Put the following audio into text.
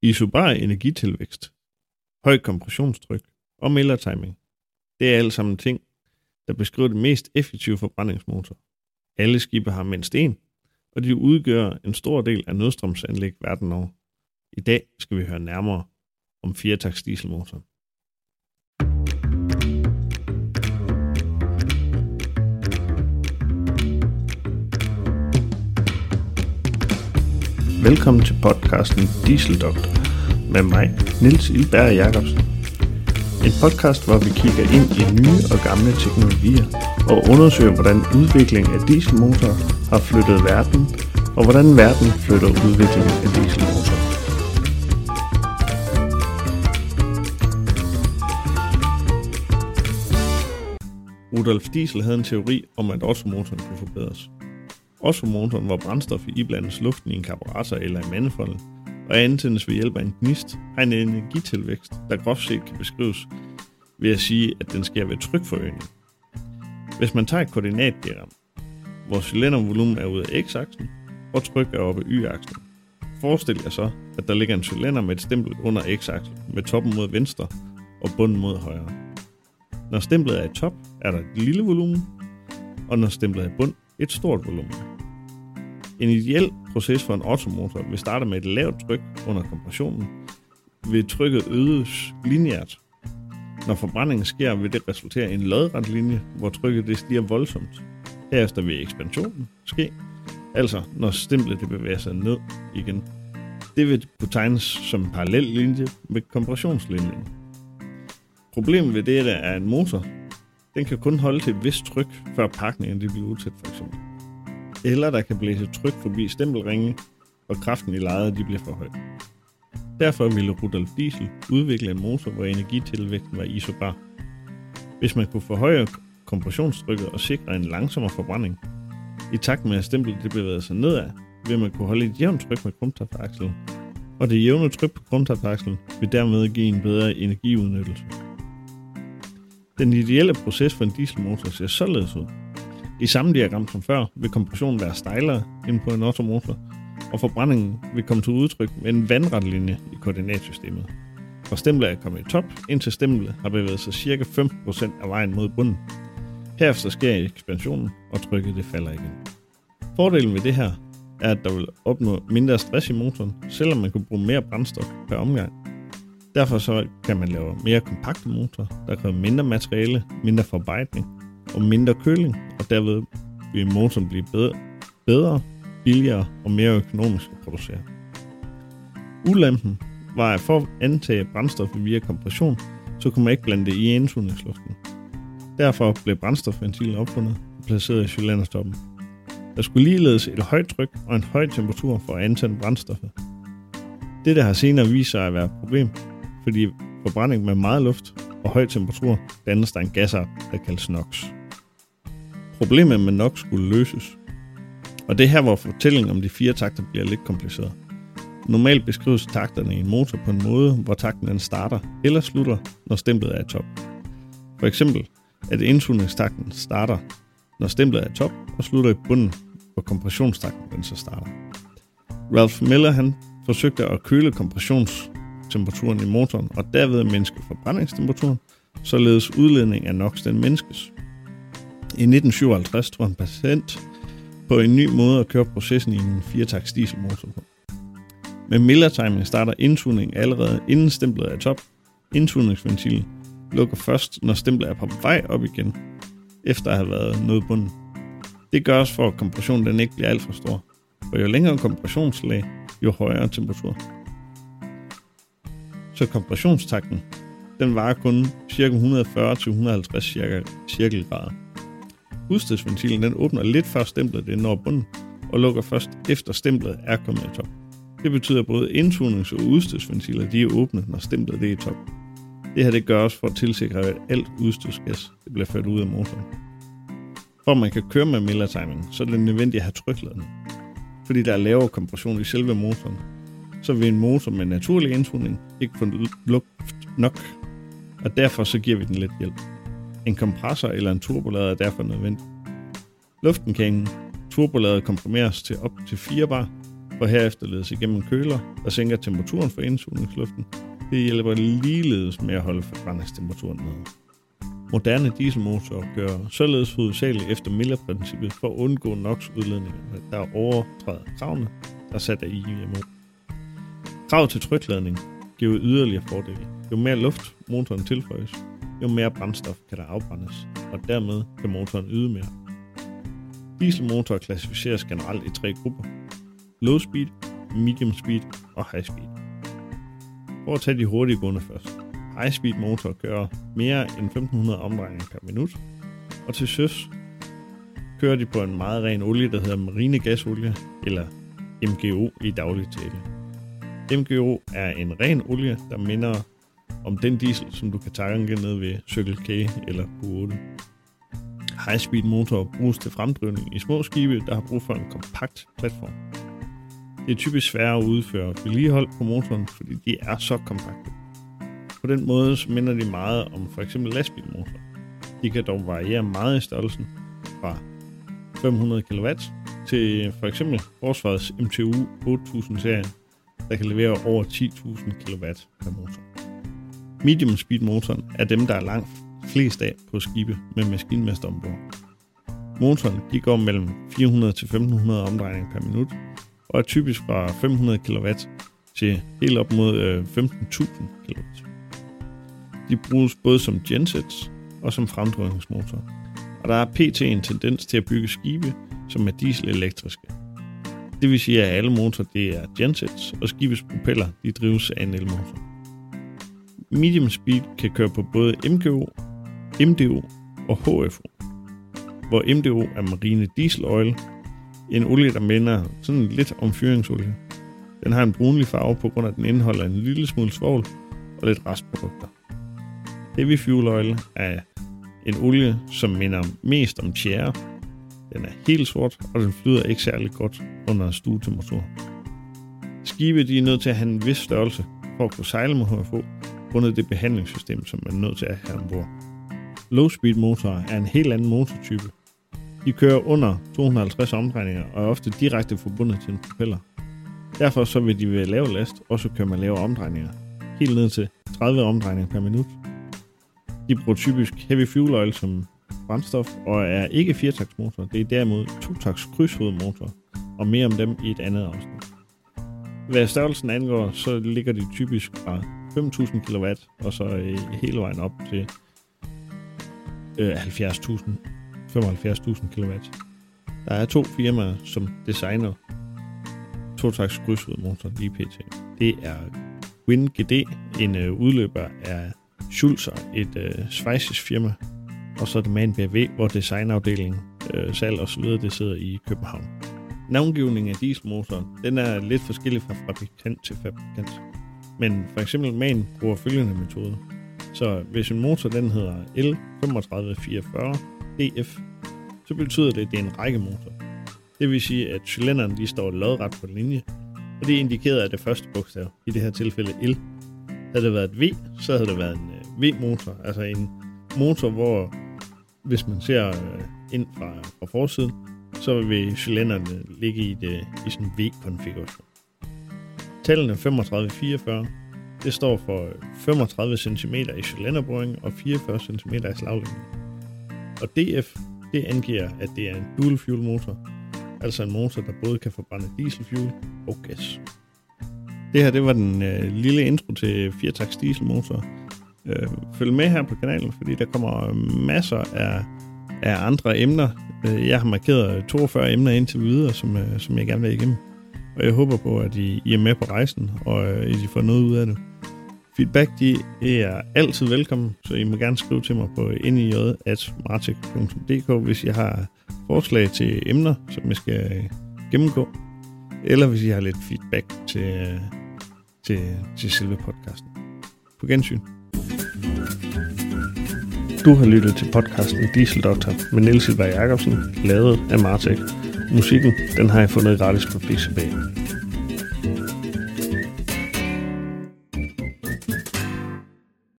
Isobar energitilvækst, høj kompressionstryk og Miller-timing. Det er alt sammen ting, der beskriver det mest effektive forbrændingsmotor. Alle skibe har mindst en, og de udgør en stor del af nødstrømsanlæg verden over. I dag skal vi høre nærmere om 4-taks dieselmotor. Velkommen til podcasten Dieseldoktor med mig, Niels Ilberg Jacobsen. En podcast, hvor vi kigger ind i nye og gamle teknologier og undersøger, hvordan udviklingen af dieselmotorer har flyttet verden, og hvordan verden flytter udviklingen af dieselmotorer. Rudolf Diesel havde en teori om, at Otto-motoren kunne forbedres. Otto-motoren, hvor brændstof iblandes luften i en karburator eller i mandefolden, og antændes ved hjælp af en gnist, har en energitilvækst, der groft set kan beskrives ved at sige, at den sker ved trykforøgning. Hvis man tager et koordinatdiagram, hvor cylindervolumen er ude af x-aksen, og tryk er oppe af y-aksen, forestil jer så, at der ligger en cylinder med et stempel under x-aksen, med toppen mod venstre og bunden mod højre. Når stemplet er i top, er der et lille volumen, og når stemplet er i bund, et stort volumen. En ideel proces for en Otto-motor vil starte med et lavt tryk under kompressionen, vil trykket øges lineært. Når forbrændingen sker, vil det resultere i en lodret linje, hvor trykket det stiger voldsomt. Herefter vil ekspansionen ske, altså når stemplet det bevæger sig ned igen. Det vil kunne tegnes som en parallel linje med kompressionslinjen. Problemet ved det er en motor. Den kan kun holde til et vist tryk, før pakningen bliver utæt for eksempel. Eller der kan blæse tryk forbi stempelringe, og kraften i lejet bliver for høj. Derfor ville Rudolf Diesel udvikle en motor, hvor energitilvæksten var isobar. Hvis man kunne forhøje kompressionstrykket og sikre en langsommere forbrænding, i takt med at stemplet det bevægede sig nedad, vil man kunne holde et jævnt tryk med krumtapakslen, og det jævne tryk på krumtapakslen vil dermed give en bedre energiudnyttelse. Den ideelle proces for en dieselmotor ser således ud. I samme diagram som før vil kompressionen være stejlere end på en Otto-motor, og forbrændingen vil komme til udtryk med en vandret linje i koordinatsystemet. Fra stemplet er kommet i top, indtil stemplet har bevæget sig ca. 15% af vejen mod bunden. Herefter sker ekspansionen, og trykket det falder igen. Fordelen ved det her er, at der vil opnå mindre stress i motoren, selvom man kan bruge mere brændstof per omgang. Derfor så kan man lave mere kompakte motorer, der kræver mindre materiale, mindre forarbejdning og mindre køling, og derved vil motoren blive bedre, billigere og mere økonomisk at producere. Ulempen var, at for at antage brændstoffet via kompression, så kunne man ikke blande det i indsugningsluften. Derfor blev brændstofventilen opfundet og placeret i cylinderstoppen. Der skulle ligeledes et højt tryk og en høj temperatur for at antænde brændstoffet. Dette har senere vist sig at være et problem, fordi forbrænding med meget luft og høj temperatur dannes der en gasart, der kaldes NOx. Problemet med NOx skulle løses, og det er her, hvor fortællingen om de 4 takter bliver lidt kompliceret. Normalt beskrives takterne i en motor på en måde, hvor takten den starter eller slutter, når stemplet er i top. For eksempel, at indsugningstakten starter, når stemplet er i top og slutter i bunden, hvor kompressionstakten den så starter. Ralph Miller han forsøgte at køle kompressionstemperaturen i motoren og derved mindske forbrændingstemperaturen, således udledning af NOx den mindskes. I 1957 tog han patent på en ny måde at køre processen i en 4-taks dieselmotor på. Med Miller-timing starter indsugningen allerede inden stemplet er i top. Indsugningsventilen lukker først, når stemplet er på vej op igen, efter at have været nået bunden. Det gøres for, at kompressionen den ikke bliver alt for stor, for jo længere kompressionslag, jo højere temperatur. Så kompressionstakten, den varer kun ca. 140-150 cirkelgrader. Udstødsventilen den åbner lidt før stemplet det når bunden, og lukker først efter stemplet er kommet i top. Det betyder, at både indsugnings- og udstødsventiler de er åbne, når stemplet det er i top. Det her det gøres for at tilsikre, at alt udstødsgas det bliver ført ud af motoren. For at man kan køre med Miller-timing, så er det nødvendigt at have trykladning. Fordi der er lavere kompression i selve motoren, så vil en motor med naturlig indsugning ikke få luft nok, og derfor så giver vi den lidt hjælp. En kompressor eller en turbolader er derfor nødvendig. Luften kan en turbolader komprimeres til op til 4 bar, for herefter ledes igennem en køler, der sænker temperaturen for indsugningsluften. Det hjælper ligeledes med at holde forbrændingstemperaturen nede. Moderne dieselmotorer kører således hovedsageligt efter Miller-princippet for at undgå NOx-udledningerne, der overtræder kravene, der er sat af IMO. Krav til trykladning giver yderligere fordele. Jo mere luft motoren tilføjes, jo mere brændstof kan der afbrændes, og dermed kan motoren yde mere. Dieselmotorer klassificeres generelt i 3 grupper: low speed, medium speed og high speed. For at tage de hurtige gående først. High speed motorer kører mere end 1500 omdrejninger per minut, og til søs kører de på en meget ren olie, der hedder marinegasolie, eller MGO i daglig tale. MGO er en ren olie, der minder om den diesel, som du kan tanke ned ved Circle K eller Q8. High-speed motorer bruges til fremdrivning i små skibe, der har brug for en kompakt platform. Det er typisk sværere at udføre vedligehold på motoren, fordi de er så kompakte. På den måde så minder de meget om f.eks. lastbilmotorer. De kan dog variere meget i størrelsen fra 500 kW til f.eks. Forsvarets MTU 8000-serie, der kan levere over 10.000 kW per motor. Medium speed motoren er dem, der er langt flest af på skibe med maskinmester ombord. Motoren de går mellem 400 til 1500 omdrejninger per minut og er typisk fra 500 kW til helt op mod 15.000 kW. De bruges både som gensets og som fremdrivningsmotor, og der er pt. En tendens til at bygge skibe, som er dieselelektriske. Det vil sige, at alle motorer det er gensets, og skibets propeller de drives af en elmotor. Medium speed kan køre på både MGO, MDO og HFO, hvor MDO er marine diesel oil, en olie, der minder sådan lidt om fyringsolie. Den har en brunlig farve på grund af, at den indeholder en lille smule svovl og lidt restprodukter. Heavy fuel oil er en olie, som minder mest om tjære. Den er helt sort, og den flyder ikke særlig godt under stuetemperatur. Skibe de er nødt til at have en vis størrelse for at kunne sejle med HFO, grundet det behandlingssystem, som man er nødt til at have ombord. Low speed motorer er en helt anden motortype. De kører under 250 omdrejninger og er ofte direkte forbundet til en propeller. Derfor så vil de ved lav last også køre med lave omdrejninger, helt ned til 30 omdrejninger per minut. De bruger typisk heavy fuel oil som brændstof og er ikke firetaktsmotor. Det er derimod totakts krydshovedmotor, og mere om dem i et andet afsnit. Hvad størrelsen angår, så ligger de typisk fra 5.000 kW og så hele vejen op til 75.000 kW. Der er 2 firmaer, som designer totakts krydshovedmotor lige pt. Det er WinGD, en udløber af Schulzer, et schweizisk firma, og så er det MAN BAV, hvor designafdelingen, salg og så videre, det sidder i København. Navngivningen af dieselmotoren, den er lidt forskellig fra fabrikant til fabrikant. Men for eksempel MAN bruger følgende metode. Så hvis en motor den hedder L3544 DF, så betyder det, at det er en rækkemotor. Det vil sige, at cylinderen de står lodret på linje, og det er indikeret af det første bogstav, i det her tilfælde L. Havde det været et V, så havde det været en V-motor, altså en motor, hvor hvis man ser ind fra forsiden, så vil cylinderne ligge i sådan en V-konfiguration. Tallene 35-44, det står for 35 cm i cylinderboring og 44 cm i slaglængde. Og DF, det angiver, at det er en dual fuel motor, altså en motor, der både kan forbrænde dieselfuel og gas. Det her, det var den lille intro til firetakts dieselmotor. Følg med her på kanalen, fordi der kommer masser af andre emner. Jeg har markeret 42 emner indtil videre, som jeg gerne vil igennem. Og jeg håber på, at I er med på rejsen, og at I får noget ud af det. Feedback, de er altid velkommen, så I må gerne skrive til mig på nij@martech.dk, hvis I har forslag til emner, som jeg skal gennemgå. Eller hvis I har lidt feedback til selve podcasten. På gensyn. Du har lyttet til podcasten Diesel Doctor med Niels Silberg Jacobsen, lavet af Martech. Musikken, den har jeg fundet gratis på Pixabay.